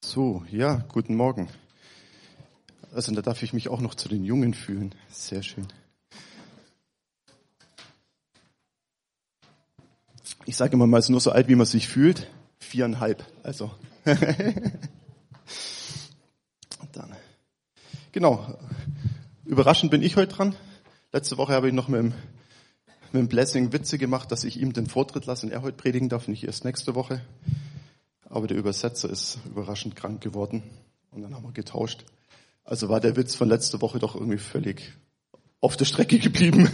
So, ja, guten Morgen. Also da darf ich mich auch noch zu den Jungen fühlen. Sehr schön. Ich sage immer mal, es ist nur so alt, wie man sich fühlt. 4,5. Also. Dann. Genau. Überraschend bin ich heute dran. Letzte Woche habe ich noch mit dem Blessing Witze gemacht, dass ich ihm den Vortritt lasse und er heute predigen darf, nicht erst nächste Woche. Aber der Übersetzer ist überraschend krank geworden und dann haben wir getauscht. Also war der Witz von letzter Woche doch irgendwie völlig auf der Strecke geblieben.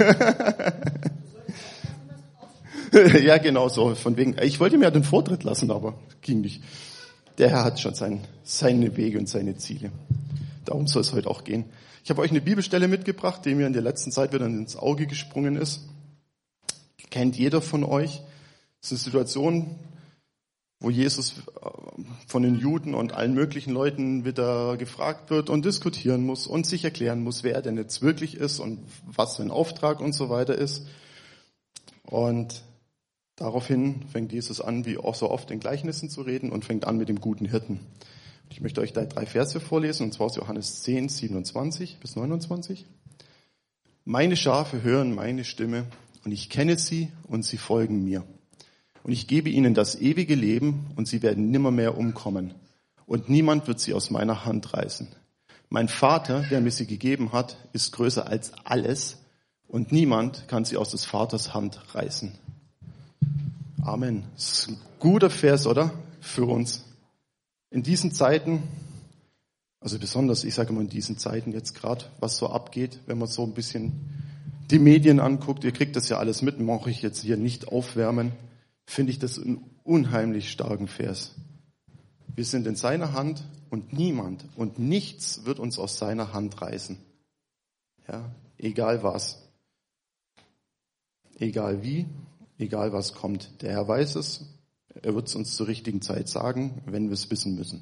Ja, genau so. Von wegen, ich wollte ihm ja den Vortritt lassen, aber ging nicht. Der Herr hat schon seine Wege und seine Ziele. Darum soll es heute auch gehen. Ich habe euch eine Bibelstelle mitgebracht, die mir in der letzten Zeit wieder ins Auge gesprungen ist. Kennt jeder von euch. Es ist eine Situation, wo Jesus von den Juden und allen möglichen Leuten wieder gefragt wird und diskutieren muss und sich erklären muss, wer er denn jetzt wirklich ist und was sein Auftrag und so weiter ist. Und daraufhin fängt Jesus an, wie auch so oft in Gleichnissen zu reden und fängt an mit dem guten Hirten. Ich möchte euch da 3 Verse vorlesen, und zwar aus Johannes 10, 27 bis 29. Meine Schafe hören meine Stimme und ich kenne sie und sie folgen mir. Und ich gebe ihnen das ewige Leben und sie werden nimmermehr umkommen. Und niemand wird sie aus meiner Hand reißen. Mein Vater, der mir sie gegeben hat, ist größer als alles und niemand kann sie aus des Vaters Hand reißen. Amen. Das ist ein guter Vers, oder? Für uns. In diesen Zeiten, also besonders, ich sage immer in diesen Zeiten jetzt gerade, was so abgeht, wenn man so ein bisschen die Medien anguckt, ihr kriegt das ja alles mit, mache ich jetzt hier nicht aufwärmen, finde ich das einen unheimlich starken Vers. Wir sind in seiner Hand und niemand und nichts wird uns aus seiner Hand reißen. Ja, egal was. Egal wie, egal was kommt. Der Herr weiß es. Er wird es uns zur richtigen Zeit sagen, wenn wir es wissen müssen.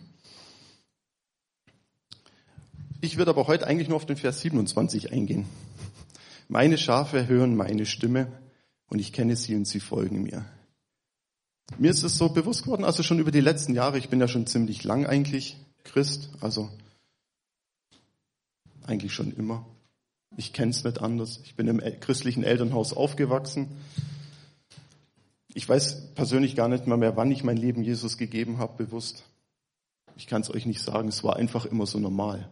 Ich würde aber heute eigentlich nur auf den Vers 27 eingehen. Meine Schafe hören meine Stimme und ich kenne sie und sie folgen mir. Mir ist es so bewusst geworden, also schon über die letzten Jahre, ich bin ja schon ziemlich lang eigentlich Christ, also eigentlich schon immer. Ich kenne es nicht anders. Ich bin im christlichen Elternhaus aufgewachsen. Ich weiß persönlich gar nicht mehr, wann ich mein Leben Jesus gegeben habe, bewusst. Ich kann es euch nicht sagen, es war einfach immer so normal.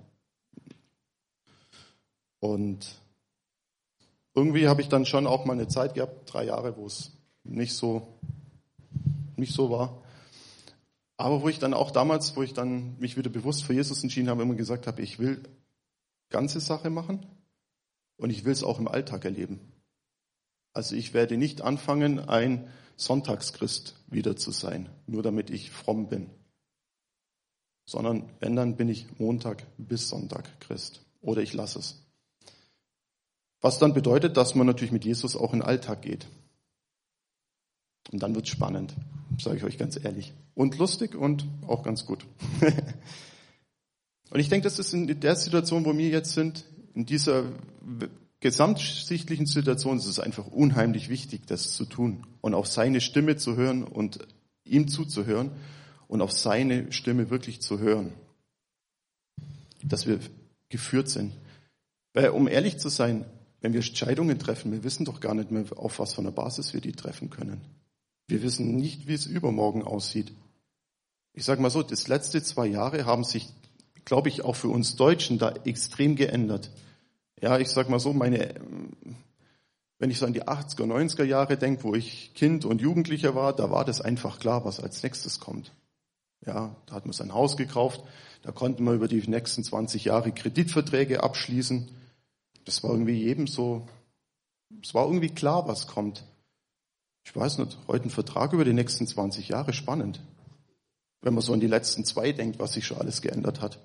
Und irgendwie habe ich dann schon auch mal eine Zeit gehabt, 3 Jahre, wo es nicht so war. Aber wo ich dann auch damals, wo ich dann mich wieder bewusst für Jesus entschieden habe, immer gesagt habe, ich will ganze Sache machen und ich will es auch im Alltag erleben. Also ich werde nicht anfangen, ein Sonntagschrist wieder zu sein, nur damit ich fromm bin. Sondern wenn, dann bin ich Montag bis Sonntag Christ. Oder ich lasse es. Was dann bedeutet, dass man natürlich mit Jesus auch in den Alltag geht. Und dann wird's spannend, sage ich euch ganz ehrlich. Und lustig und auch ganz gut. Und ich denke, das ist in der Situation, wo wir jetzt sind, in dieser gesamtsichtlichen Situation, ist es einfach unheimlich wichtig, das zu tun. Und auf seine Stimme zu hören und ihm zuzuhören und auf seine Stimme wirklich zu hören. Dass wir geführt sind. Weil, um ehrlich zu sein, wenn wir Entscheidungen treffen, wir wissen doch gar nicht mehr, auf was von der Basis wir die treffen können. Wir wissen nicht, wie es übermorgen aussieht. Ich sage mal so, das letzte 2 Jahre haben sich, glaube ich, auch für uns Deutschen da extrem geändert. Ja, ich sage mal so, wenn ich so an die 80er, 90er Jahre denke, wo ich Kind und Jugendlicher war, da war das einfach klar, was als nächstes kommt. Ja, da hat man sein Haus gekauft, da konnte man über die nächsten 20 Jahre Kreditverträge abschließen. Das war irgendwie jedem so, es war irgendwie klar, was kommt. Ich weiß nicht, heute ein Vertrag über die nächsten 20 Jahre, spannend. Wenn man so an die letzten 2 denkt, was sich schon alles geändert hat.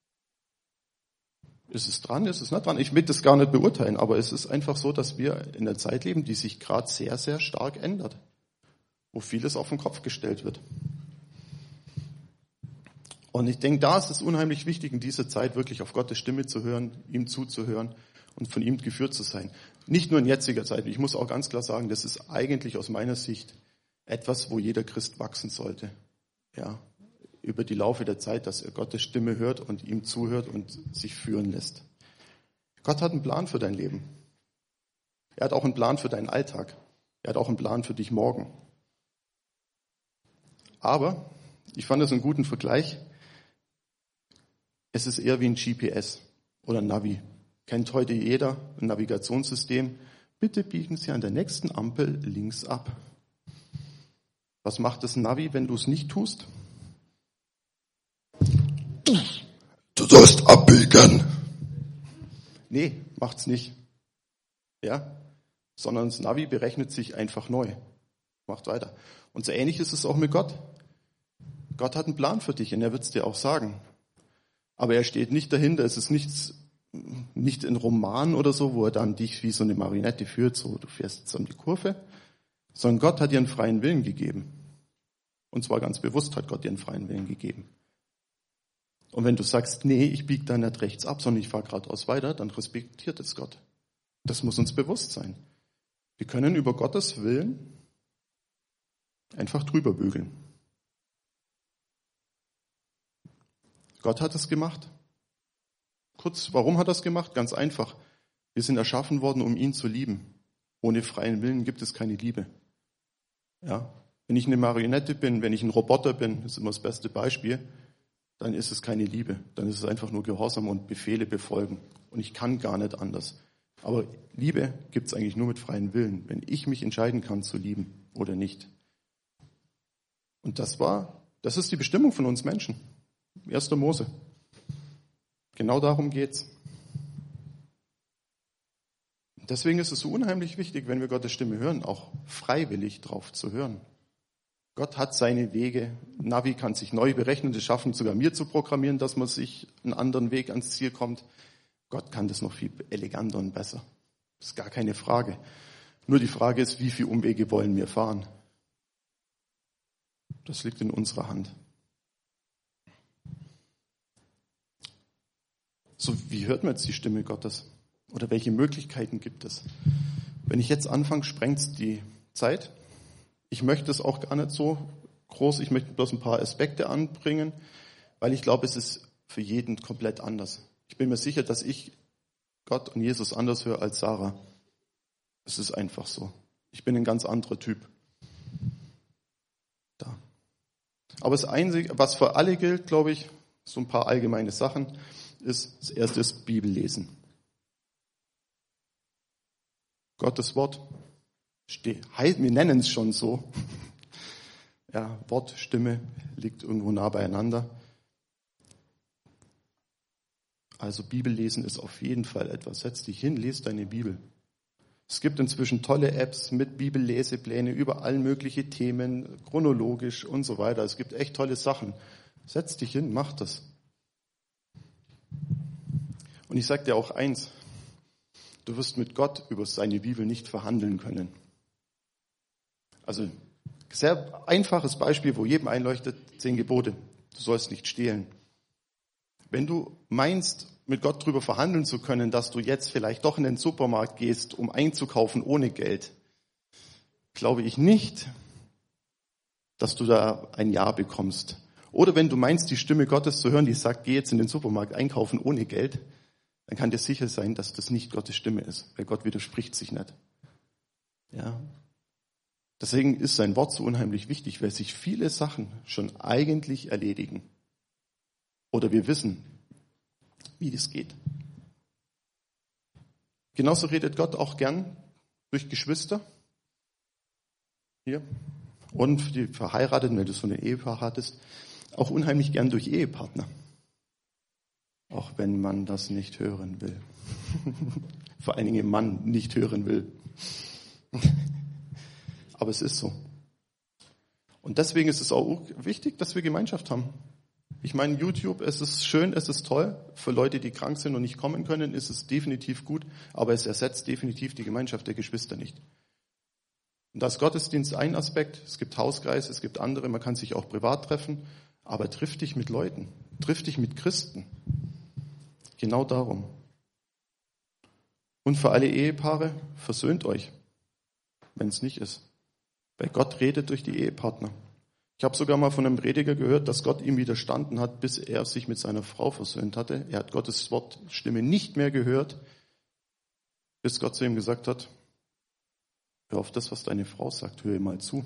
Ist es dran, ist es nicht dran? Ich will das gar nicht beurteilen, aber es ist einfach so, dass wir in einer Zeit leben, die sich gerade sehr, sehr stark ändert. Wo vieles auf den Kopf gestellt wird. Und ich denke, da ist es unheimlich wichtig, in dieser Zeit wirklich auf Gottes Stimme zu hören, ihm zuzuhören und von ihm geführt zu sein. Nicht nur in jetziger Zeit. Ich muss auch ganz klar sagen, das ist eigentlich aus meiner Sicht etwas, wo jeder Christ wachsen sollte. Ja, über die Laufe der Zeit, dass er Gottes Stimme hört und ihm zuhört und sich führen lässt. Gott hat einen Plan für dein Leben. Er hat auch einen Plan für deinen Alltag. Er hat auch einen Plan für dich morgen. Aber, ich fand das einen guten Vergleich, es ist eher wie ein GPS oder ein Navi. Kennt heute jeder ein Navigationssystem. Bitte biegen Sie an der nächsten Ampel links ab. Was macht das Navi, wenn du es nicht tust? Du sollst abbiegen. Nee, macht's nicht. Ja? Sondern das Navi berechnet sich einfach neu. Macht weiter. Und so ähnlich ist es auch mit Gott. Gott hat einen Plan für dich und er wird es dir auch sagen. Aber er steht nicht dahinter, es ist nicht ein Roman oder so, wo er dann dich wie so eine Marionette führt, so du fährst jetzt um die Kurve, sondern Gott hat dir einen freien Willen gegeben. Und zwar ganz bewusst hat Gott dir einen freien Willen gegeben. Und wenn du sagst, nee, ich biege da nicht rechts ab, sondern ich fahre geradeaus weiter, dann respektiert es Gott. Das muss uns bewusst sein. Wir können über Gottes Willen einfach drüber bügeln. Gott hat es gemacht. Kurz, warum hat er es gemacht? Ganz einfach. Wir sind erschaffen worden, um ihn zu lieben. Ohne freien Willen gibt es keine Liebe. Ja? Wenn ich eine Marionette bin, wenn ich ein Roboter bin, ist immer das beste Beispiel, dann ist es keine Liebe. Dann ist es einfach nur Gehorsam und Befehle befolgen. Und ich kann gar nicht anders. Aber Liebe gibt es eigentlich nur mit freiem Willen, wenn ich mich entscheiden kann zu lieben oder nicht. Und das ist die Bestimmung von uns Menschen. 1. Mose. Genau darum geht's. Deswegen ist es so unheimlich wichtig, wenn wir Gottes Stimme hören, auch freiwillig drauf zu hören. Gott hat seine Wege. Navi kann sich neu berechnen, das schaffen sogar mir zu programmieren, dass man sich einen anderen Weg ans Ziel kommt. Gott kann das noch viel eleganter und besser. Das ist gar keine Frage. Nur die Frage ist, wie viele Umwege wollen wir fahren? Das liegt in unserer Hand. So, wie hört man jetzt die Stimme Gottes? Oder welche Möglichkeiten gibt es? Wenn ich jetzt anfange, sprengt es die Zeit. Ich möchte es auch gar nicht so groß, ich möchte bloß ein paar Aspekte anbringen, weil ich glaube, es ist für jeden komplett anders. Ich bin mir sicher, dass ich Gott und Jesus anders höre als Sarah. Es ist einfach so. Ich bin ein ganz anderer Typ. Da. Aber das Einzige, was für alle gilt, glaube ich, so ein paar allgemeine Sachen, ist das erste ist Bibellesen. Gottes Wort, wir nennen es schon so. Ja, Wort, Stimme liegt irgendwo nah beieinander. Also Bibellesen ist auf jeden Fall etwas. Setz dich hin, lese deine Bibel. Es gibt inzwischen tolle Apps mit Bibellesepläne über all mögliche Themen, chronologisch und so weiter. Es gibt echt tolle Sachen. Setz dich hin, mach das. Und ich sage dir auch eins, du wirst mit Gott über seine Bibel nicht verhandeln können. Also sehr einfaches Beispiel, wo jedem einleuchtet, 10 Gebote. Du sollst nicht stehlen. Wenn du meinst, mit Gott drüber verhandeln zu können, dass du jetzt vielleicht doch in den Supermarkt gehst, um einzukaufen ohne Geld, glaube ich nicht, dass du da ein Ja bekommst. Oder wenn du meinst, die Stimme Gottes zu hören, die sagt, geh jetzt in den Supermarkt einkaufen ohne Geld, dann kann dir sicher sein, dass das nicht Gottes Stimme ist, weil Gott widerspricht sich nicht. Ja. Deswegen ist sein Wort so unheimlich wichtig, weil sich viele Sachen schon eigentlich erledigen. Oder wir wissen, wie es geht. Genauso redet Gott auch gern durch Geschwister. Hier. Und für die Verheirateten, wenn du so ein Ehepaar hattest, auch unheimlich gern durch Ehepartner. Auch wenn man das nicht hören will. Vor allen Dingen Mann nicht hören will. Aber es ist so. Und deswegen ist es auch wichtig, dass wir Gemeinschaft haben. Ich meine, YouTube, es ist schön, es ist toll. Für Leute, die krank sind und nicht kommen können, ist es definitiv gut. Aber es ersetzt definitiv die Gemeinschaft der Geschwister nicht. Und da ist Gottesdienst ein Aspekt. Es gibt Hauskreise, es gibt andere. Man kann sich auch privat treffen. Aber triff dich mit Leuten. Triff dich mit Christen. Genau darum. Und für alle Ehepaare, versöhnt euch, wenn es nicht ist. Weil Gott redet durch die Ehepartner. Ich habe sogar mal von einem Prediger gehört, dass Gott ihm widerstanden hat, bis er sich mit seiner Frau versöhnt hatte. Er hat Gottes Wortstimme nicht mehr gehört, bis Gott zu ihm gesagt hat, hör auf das, was deine Frau sagt, hör ihr mal zu.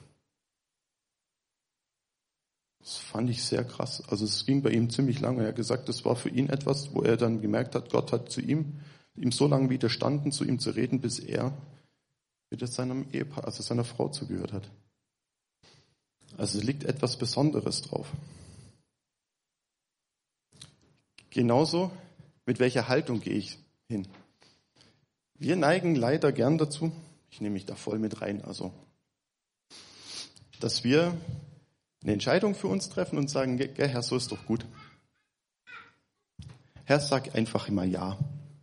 Das fand ich sehr krass. Also es ging bei ihm ziemlich lange. Er hat gesagt, das war für ihn etwas, wo er dann gemerkt hat, Gott hat ihm so lange widerstanden, zu ihm zu reden, bis er wieder seinem Ehepaar, also seiner Frau zugehört hat. Also es liegt etwas Besonderes drauf. Genauso, mit welcher Haltung gehe ich hin? Wir neigen leider gern dazu, ich nehme mich da voll mit rein, also, dass wir eine Entscheidung für uns treffen und sagen, Herr, so ist doch gut. Herr, sag einfach immer ja.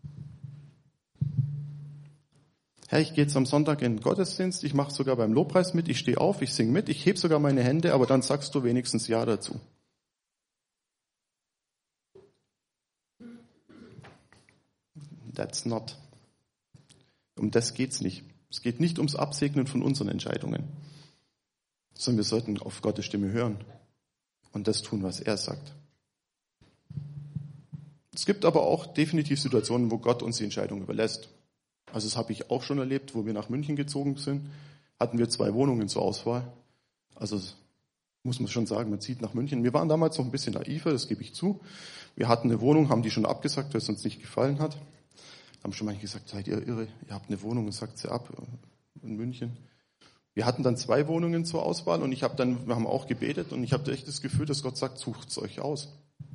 Herr, ich gehe jetzt am Sonntag in den Gottesdienst, ich mache sogar beim Lobpreis mit, ich stehe auf, ich singe mit, ich hebe sogar meine Hände, aber dann sagst du wenigstens ja dazu. That's not. Um das geht's nicht. Es geht nicht ums Absegnen von unseren Entscheidungen, sondern wir sollten auf Gottes Stimme hören und das tun, was er sagt. Es gibt aber auch definitiv Situationen, wo Gott uns die Entscheidung überlässt. Also das habe ich auch schon erlebt, wo wir nach München gezogen sind, hatten wir 2 Wohnungen zur Auswahl. Also muss man schon sagen, man zieht nach München. Wir waren damals noch ein bisschen naiver, das gebe ich zu. Wir hatten eine Wohnung, haben die schon abgesagt, weil es uns nicht gefallen hat. Haben schon manche gesagt, seid ihr irre, ihr habt eine Wohnung und sagt sie ab in München. Wir hatten dann 2 Wohnungen zur Auswahl und wir haben auch gebetet und ich habe echt das Gefühl, dass Gott sagt, sucht es euch aus.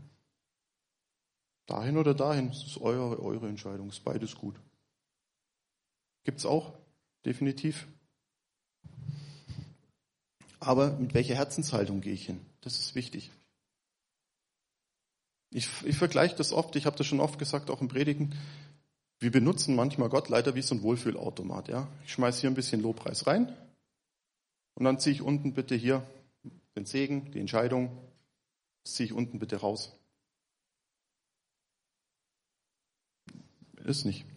Dahin oder dahin, das ist eure Entscheidung, ist beides gut. Gibt's auch, definitiv. Aber mit welcher Herzenshaltung gehe ich hin? Das ist wichtig. Ich vergleiche das oft, ich habe das schon oft gesagt, auch im Predigen. Wir benutzen manchmal Gott leider wie so ein Wohlfühlautomat. Ja? Ich schmeiße hier ein bisschen Lobpreis rein und dann ziehe ich unten bitte hier den Segen, die Entscheidung, das ziehe ich unten bitte raus. Ist nicht.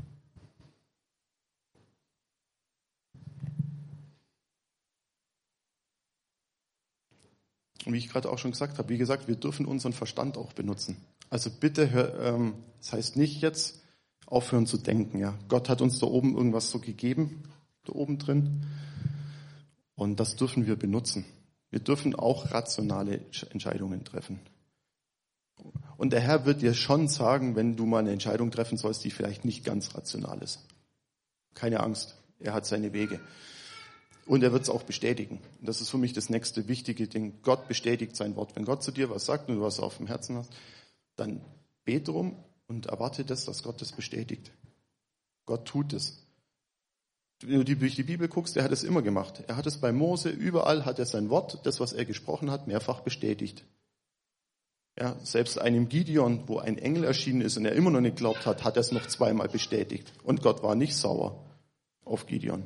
Und wie ich gerade auch schon gesagt habe, wie gesagt, wir dürfen unseren Verstand auch benutzen. Also bitte, das heißt nicht jetzt aufhören zu denken. Ja, Gott hat uns da oben irgendwas so gegeben, da oben drin. Und das dürfen wir benutzen. Wir dürfen auch rationale Entscheidungen treffen. Und der Herr wird dir schon sagen, wenn du mal eine Entscheidung treffen sollst, die vielleicht nicht ganz rational ist. Keine Angst, er hat seine Wege. Und er wird es auch bestätigen. Und das ist für mich das nächste wichtige Ding. Gott bestätigt sein Wort. Wenn Gott zu dir was sagt und du was auf dem Herzen hast, dann bete drum und erwarte das, dass Gott das bestätigt. Gott tut es. Wenn du durch die Bibel guckst, er hat es immer gemacht. Er hat es bei Mose, überall hat er sein Wort, das, was er gesprochen hat, mehrfach bestätigt. Ja, selbst einem Gideon, wo ein Engel erschienen ist und er immer noch nicht geglaubt hat, hat er es noch 2-mal bestätigt. Und Gott war nicht sauer auf Gideon.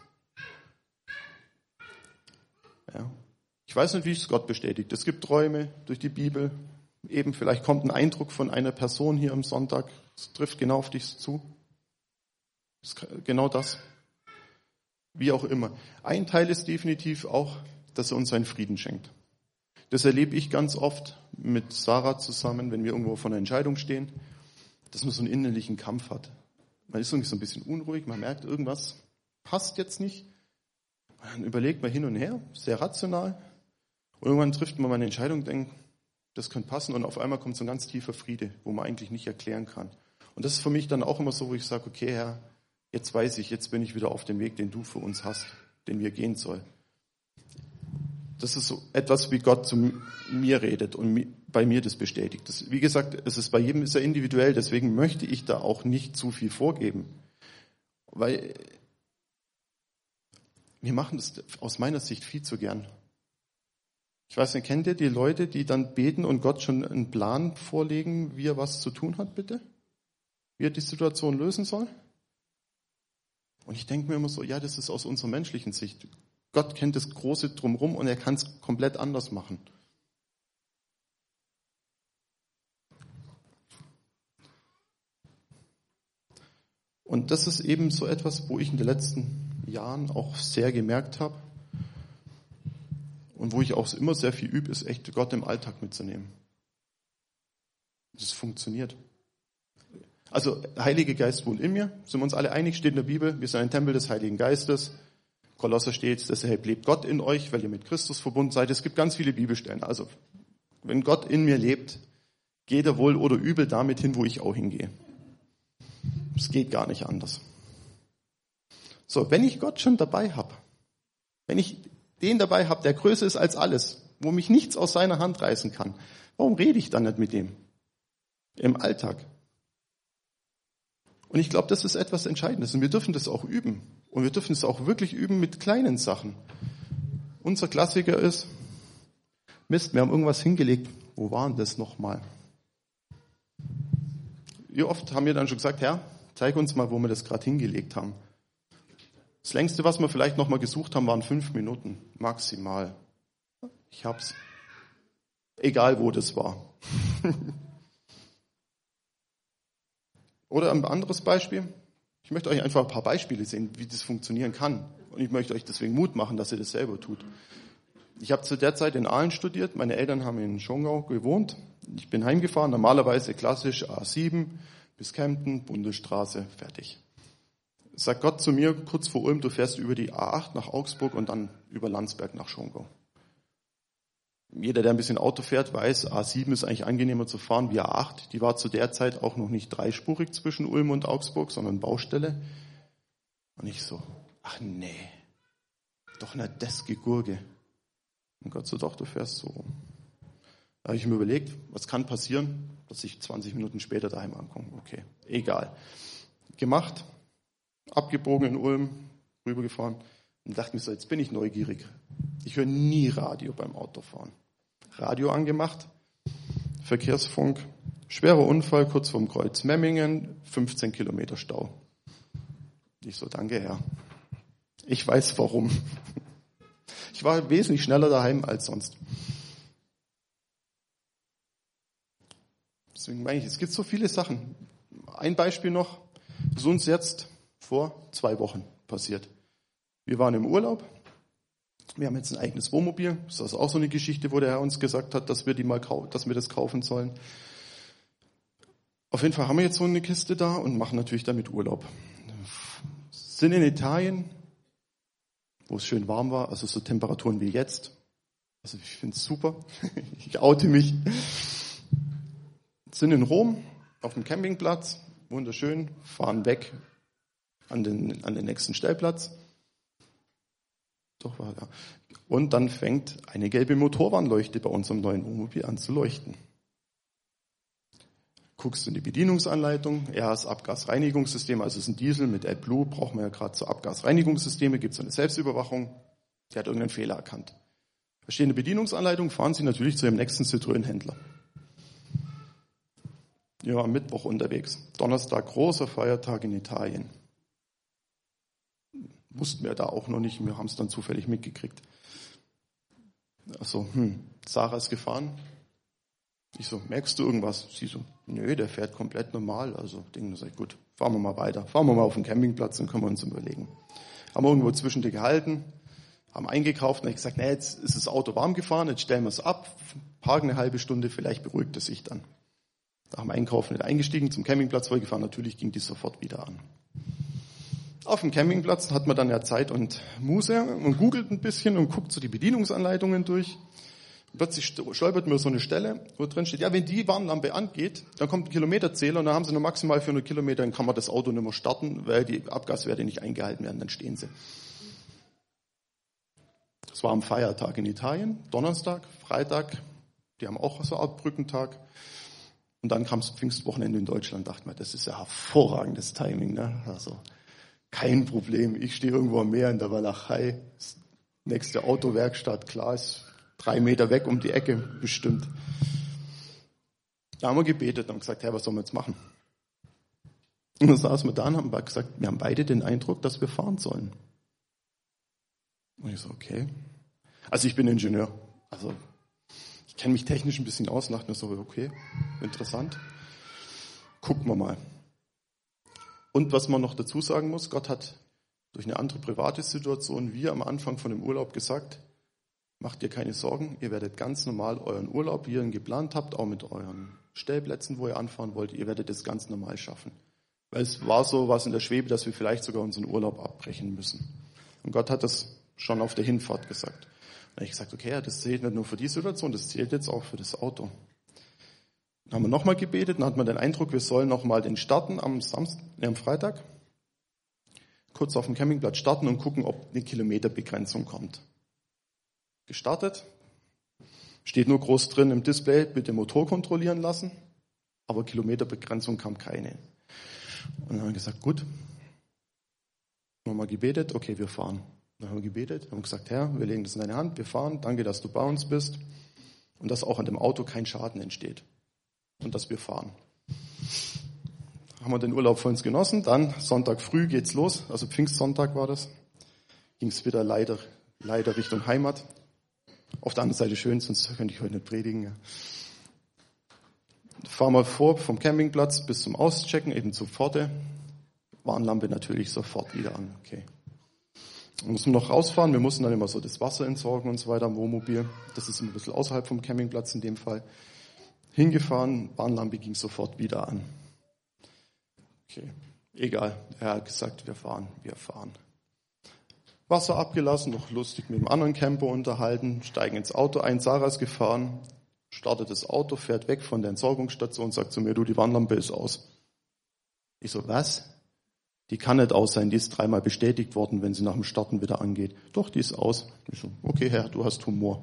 Ja. Ich weiß nicht, wie es Gott bestätigt. Es gibt Träume durch die Bibel. Eben vielleicht kommt ein Eindruck von einer Person hier am Sonntag. Es trifft genau auf dich zu. Genau das. Wie auch immer. Ein Teil ist definitiv auch, dass er uns seinen Frieden schenkt. Das erlebe ich ganz oft mit Sarah zusammen, wenn wir irgendwo vor einer Entscheidung stehen, dass man so einen innerlichen Kampf hat. Man ist irgendwie so ein bisschen unruhig, man merkt, irgendwas passt jetzt nicht. Dann überlegt man hin und her, sehr rational. Und irgendwann trifft man mal eine Entscheidung und denkt, das könnte passen. Und auf einmal kommt so ein ganz tiefer Friede, wo man eigentlich nicht erklären kann. Und das ist für mich dann auch immer so, wo ich sage, okay, Herr, jetzt weiß ich, jetzt bin ich wieder auf dem Weg, den du für uns hast, den wir gehen sollen. Das ist so etwas, wie Gott zu mir redet und bei mir das bestätigt. Das, wie gesagt, es ist bei jedem sehr individuell, deswegen möchte ich da auch nicht zu viel vorgeben. Weil wir machen das aus meiner Sicht viel zu gern. Ich weiß nicht, kennt ihr die Leute, die dann beten und Gott schon einen Plan vorlegen, wie er was zu tun hat, bitte? Wie er die Situation lösen soll? Und ich denke mir immer so, ja, das ist aus unserer menschlichen Sicht. Gott kennt das Große drumherum und er kann es komplett anders machen. Und das ist eben so etwas, wo ich in den letzten Jahren auch sehr gemerkt habe. und wo ich auch immer sehr viel übe, ist echt Gott im Alltag mitzunehmen. Das funktioniert. Also, der Heilige Geist wohnt in mir, sind wir uns alle einig, steht in der Bibel, wir sind ein Tempel des Heiligen Geistes. Kolosser steht, deshalb lebt Gott in euch, weil ihr mit Christus verbunden seid. Es gibt ganz viele Bibelstellen. Also, wenn Gott in mir lebt, geht er wohl oder übel damit hin, wo ich auch hingehe. Es geht gar nicht anders. So, wenn ich Gott schon dabei habe, wenn ich den dabei habe, der größer ist als alles, wo mich nichts aus seiner Hand reißen kann, warum rede ich dann nicht mit dem? Im Alltag. Und ich glaube, das ist etwas Entscheidendes. Und wir dürfen das auch üben. Und wir dürfen es auch wirklich üben mit kleinen Sachen. Unser Klassiker ist, Mist, wir haben irgendwas hingelegt. Wo war denn das nochmal? Wie oft haben wir dann schon gesagt, Herr, zeig uns mal, wo wir das gerade hingelegt haben. Das längste, was wir vielleicht nochmal gesucht haben, waren 5 Minuten. Maximal. Ich hab's. Egal, wo das war. Oder ein anderes Beispiel. Ich möchte euch einfach ein paar Beispiele sehen, wie das funktionieren kann. Und ich möchte euch deswegen Mut machen, dass ihr das selber tut. Ich habe zu der Zeit in Aalen studiert. Meine Eltern haben in Schongau gewohnt. Ich bin heimgefahren, normalerweise klassisch A7 bis Kempten, Bundesstraße, fertig. Sagt Gott zu mir kurz vor Ulm, du fährst über die A8 nach Augsburg und dann über Landsberg nach Schongau. Jeder, der ein bisschen Auto fährt, weiß, A7 ist eigentlich angenehmer zu fahren wie A8. Die war zu der Zeit auch noch nicht dreispurig zwischen Ulm und Augsburg, sondern Baustelle. Und ich so, ach nee, doch nicht das Gegurke. Und Gott so, doch, du fährst so rum. Da habe ich mir überlegt, was kann passieren, dass ich 20 Minuten später daheim ankomme. Okay, egal. Gemacht, abgebogen in Ulm, rübergefahren und dachte mir so, jetzt bin ich neugierig. Ich höre nie Radio beim Autofahren. Radio angemacht, Verkehrsfunk, schwerer Unfall kurz vorm Kreuz Memmingen, 15 Kilometer Stau. Ich so, danke Herr. Ich weiß warum. Ich war wesentlich schneller daheim als sonst. Deswegen meine ich, es gibt so viele Sachen. Ein Beispiel noch, das ist uns jetzt vor 2 Wochen passiert. Wir waren im Urlaub. Wir haben jetzt ein eigenes Wohnmobil. Das ist auch so eine Geschichte, wo der Herr uns gesagt hat, dass wir das kaufen sollen. Auf jeden Fall haben wir jetzt so eine Kiste da und machen natürlich damit Urlaub. Sind in Italien, wo es schön warm war, also so Temperaturen wie jetzt. Also ich finde es super. Ich oute mich. Sind in Rom auf dem Campingplatz, wunderschön, fahren weg an den nächsten Stellplatz. Doch war da. Und dann fängt eine gelbe Motorwarnleuchte bei unserem neuen Wohnmobil an zu leuchten. Guckst du in die Bedienungsanleitung, das Abgasreinigungssystem, also es ist ein Diesel mit AdBlue, braucht man ja gerade so Abgasreinigungssysteme, gibt es eine Selbstüberwachung, der hat irgendeinen Fehler erkannt. Da steht in der Bedienungsanleitung, fahren Sie natürlich zu Ihrem nächsten Citroën-Händler. Ja, am Mittwoch unterwegs. Donnerstag, großer Feiertag in Italien. Wussten wir da auch noch nicht, wir haben es dann zufällig mitgekriegt. Also, Sarah ist gefahren. Ich so, merkst du irgendwas? Sie so, nö, der fährt komplett normal. Also, sag ich, gut, fahren wir mal weiter. Fahren wir mal auf den Campingplatz, dann können wir uns überlegen. Haben wir irgendwo zwischendurch gehalten, haben eingekauft und ich gesagt, jetzt ist das Auto warm gefahren, jetzt stellen wir es ab, parken eine halbe Stunde, vielleicht beruhigt es sich dann. Nach dem Einkaufen nicht eingestiegen, zum Campingplatz vollgefahren, natürlich ging die sofort wieder an. Auf dem Campingplatz hat man dann ja Zeit und Muße und googelt ein bisschen und guckt so die Bedienungsanleitungen durch. Und plötzlich stolpert mir so eine Stelle, wo drin steht, ja, wenn die Warnlampe angeht, dann kommt ein Kilometerzähler und dann haben sie nur maximal 400 Kilometer, dann kann man das Auto nicht mehr starten, weil die Abgaswerte nicht eingehalten werden, dann stehen sie. Das war am Feiertag in Italien, Donnerstag, Freitag, die haben auch so eine Art Brückentag. Und dann kam das Pfingstwochenende in Deutschland, dachte man, das ist ja hervorragendes Timing, ne? Also, kein Problem. Ich stehe irgendwo am Meer in der Walachei. Nächste Autowerkstatt, klar, ist 3 Meter weg um die Ecke, bestimmt. Da haben wir gebetet und haben gesagt, Herr, was sollen wir jetzt machen? Und dann saßen wir da und haben gesagt, wir haben beide den Eindruck, dass wir fahren sollen. Und ich so, okay. Also ich bin Ingenieur. Also ich kenne mich technisch ein bisschen aus und dachte mir so, okay, interessant. Gucken wir mal. Und was man noch dazu sagen muss, Gott hat durch eine andere private Situation, wie am Anfang von dem Urlaub gesagt, macht dir keine Sorgen, ihr werdet ganz normal euren Urlaub, wie ihr ihn geplant habt, auch mit euren Stellplätzen, wo ihr anfahren wollt, ihr werdet es ganz normal schaffen. Weil es war so was in der Schwebe, dass wir vielleicht sogar unseren Urlaub abbrechen müssen. Und Gott hat das schon auf der Hinfahrt gesagt. Da habe ich gesagt, okay, das zählt nicht nur für die Situation, das zählt jetzt auch für das Auto. Dann haben wir nochmal gebetet, dann hat man den Eindruck, wir sollen nochmal den starten am Freitag. Kurz auf dem Campingplatz starten und gucken, ob eine Kilometerbegrenzung kommt. Gestartet, steht nur groß drin im Display, bitte Motor kontrollieren lassen, aber Kilometerbegrenzung kam keine. Und dann haben wir gesagt, gut, nochmal gebetet, okay, wir fahren. Dann haben wir gebetet, haben gesagt, Herr, wir legen das in deine Hand, wir fahren, danke, dass du bei uns bist und dass auch an dem Auto kein Schaden entsteht und dass wir fahren. Haben wir den Urlaub für uns genossen, dann Sonntag früh geht's los, also Pfingstsonntag war das, ging es wieder leider Richtung Heimat. Auf der anderen Seite schön, sonst könnte ich heute nicht predigen. Ja. Fahren wir vor vom Campingplatz bis zum Auschecken, eben zur Pforte. Warnlampe natürlich sofort wieder an. Okay. Dann mussten wir noch rausfahren. Wir mussten dann immer so das Wasser entsorgen und so weiter am Wohnmobil. Das ist ein bisschen außerhalb vom Campingplatz in dem Fall. Hingefahren, Warnlampe ging sofort wieder an. Okay, egal. Er hat gesagt, wir fahren. Wasser abgelassen, noch lustig mit dem anderen Camper unterhalten, steigen ins Auto ein, Sarah ist gefahren, startet das Auto, fährt weg von der Entsorgungsstation, sagt zu mir, du, die Warnlampe ist aus. Ich so, was? Die kann nicht aus sein, die ist 3-mal bestätigt worden, wenn sie nach dem Starten wieder angeht. Doch, die ist aus. Ich so, okay, Herr, du hast Humor.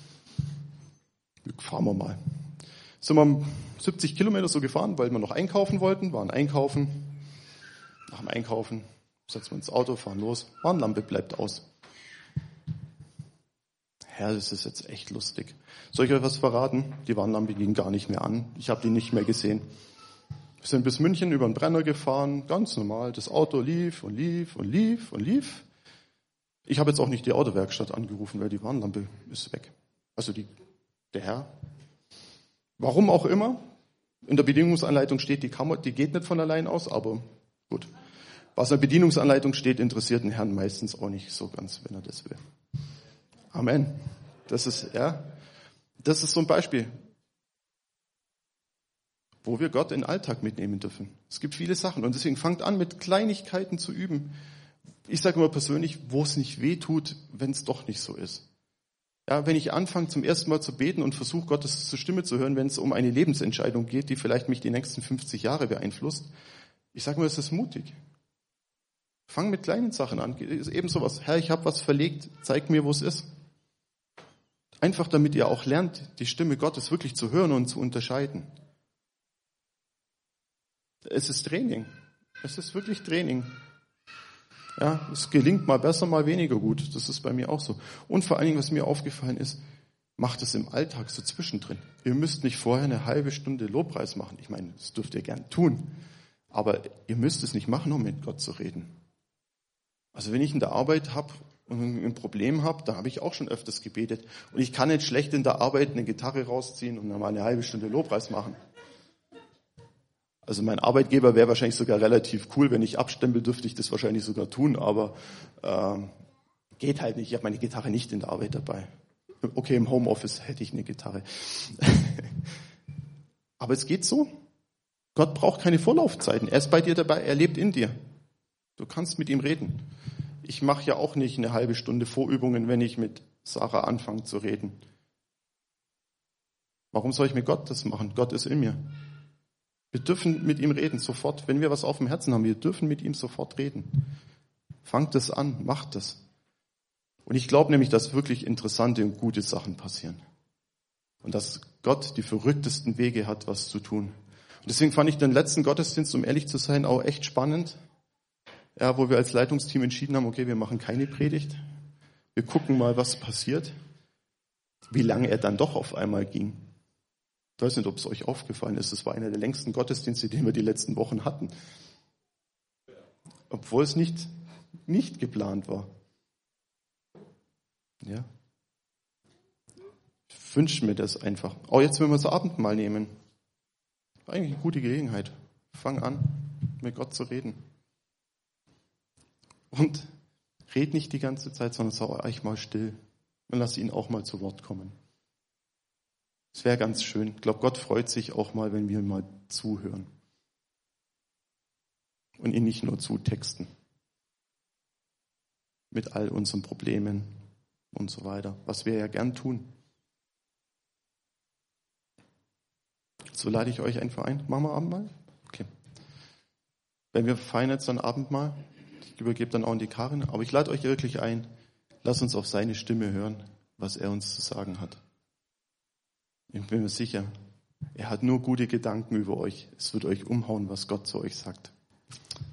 Fahren wir mal. Sind wir 70 Kilometer so gefahren, weil wir noch einkaufen wollten, waren einkaufen. Nach dem Einkaufen setzen wir ins Auto, fahren los, Warnlampe bleibt aus. Herr, das ist jetzt echt lustig. Soll ich euch was verraten? Die Warnlampe ging gar nicht mehr an. Ich habe die nicht mehr gesehen. Wir sind bis München über den Brenner gefahren, ganz normal. Das Auto lief und lief und lief und lief. Ich habe jetzt auch nicht die Autowerkstatt angerufen, weil die Warnlampe ist weg. Also der Herr. Warum auch immer. In der Bedienungsanleitung steht, die geht nicht von allein aus, aber gut. Was in der Bedienungsanleitung steht, interessiert den Herrn meistens auch nicht so ganz, wenn er das will. Amen. Das ist so ein Beispiel, wo wir Gott in den Alltag mitnehmen dürfen. Es gibt viele Sachen und deswegen fangt an, mit Kleinigkeiten zu üben. Ich sage immer persönlich, wo es nicht weh tut, wenn es doch nicht so ist. Ja, wenn ich anfange, zum ersten Mal zu beten und versuche, Gottes Stimme zu hören, wenn es um eine Lebensentscheidung geht, die vielleicht mich die nächsten 50 Jahre beeinflusst, ich sage mir, es ist mutig. Fang mit kleinen Sachen an. Ist eben sowas. Herr, ich habe was verlegt, zeig mir, wo es ist. Einfach damit ihr auch lernt, die Stimme Gottes wirklich zu hören und zu unterscheiden. Es ist Training. Es ist wirklich Training. Ja, es gelingt mal besser, mal weniger gut. Das ist bei mir auch so. Und vor allen Dingen, was mir aufgefallen ist, macht es im Alltag so zwischendrin. Ihr müsst nicht vorher eine halbe Stunde Lobpreis machen. Ich meine, das dürft ihr gern tun. Aber ihr müsst es nicht machen, um mit Gott zu reden. Also wenn ich in der Arbeit habe und ein Problem habe, da habe ich auch schon öfters gebetet. Und ich kann nicht schlecht in der Arbeit eine Gitarre rausziehen und dann mal eine halbe Stunde Lobpreis machen. Also mein Arbeitgeber wäre wahrscheinlich sogar relativ cool. Wenn ich abstempel, dürfte ich das wahrscheinlich sogar tun. Aber geht halt nicht. Ich habe meine Gitarre nicht in der Arbeit dabei. Okay, im Homeoffice hätte ich eine Gitarre. Aber es geht so. Gott braucht keine Vorlaufzeiten. Er ist bei dir dabei. Er lebt in dir. Du kannst mit ihm reden. Ich mache ja auch nicht eine halbe Stunde Vorübungen, wenn ich mit Sarah anfange zu reden. Warum soll ich mit Gott das machen? Gott ist in mir. Wir dürfen mit ihm reden, sofort. Wenn wir was auf dem Herzen haben, wir dürfen mit ihm sofort reden. Fangt es an, macht es. Und ich glaube nämlich, dass wirklich interessante und gute Sachen passieren. Und dass Gott die verrücktesten Wege hat, was zu tun. Und deswegen fand ich den letzten Gottesdienst, um ehrlich zu sein, auch echt spannend. Ja, wo wir als Leitungsteam entschieden haben, okay, wir machen keine Predigt. Wir gucken mal, was passiert. Wie lange er dann doch auf einmal ging. Ich weiß nicht, ob es euch aufgefallen ist. Es war einer der längsten Gottesdienste, den wir die letzten Wochen hatten. Obwohl es nicht geplant war. Ja. Ich wünsche mir das einfach. Auch jetzt, wenn wir das Abendmahl nehmen. Eigentlich eine gute Gelegenheit. Fang an, mit Gott zu reden. Und red nicht die ganze Zeit, sondern sag euch mal still. und lass ihn auch mal zu Wort kommen. Es wäre ganz schön. Ich glaube, Gott freut sich auch mal, wenn wir mal zuhören und ihn nicht nur zutexten mit all unseren Problemen und so weiter, was wir ja gern tun. So lade ich euch einfach ein. Machen wir Abendmahl? Okay. Wenn wir feiern jetzt dann Abendmahl, ich übergebe dann auch an die Karin, aber ich lade euch wirklich ein, lasst uns auf seine Stimme hören, was er uns zu sagen hat. Ich bin mir sicher, er hat nur gute Gedanken über euch. Es wird euch umhauen, was Gott zu euch sagt.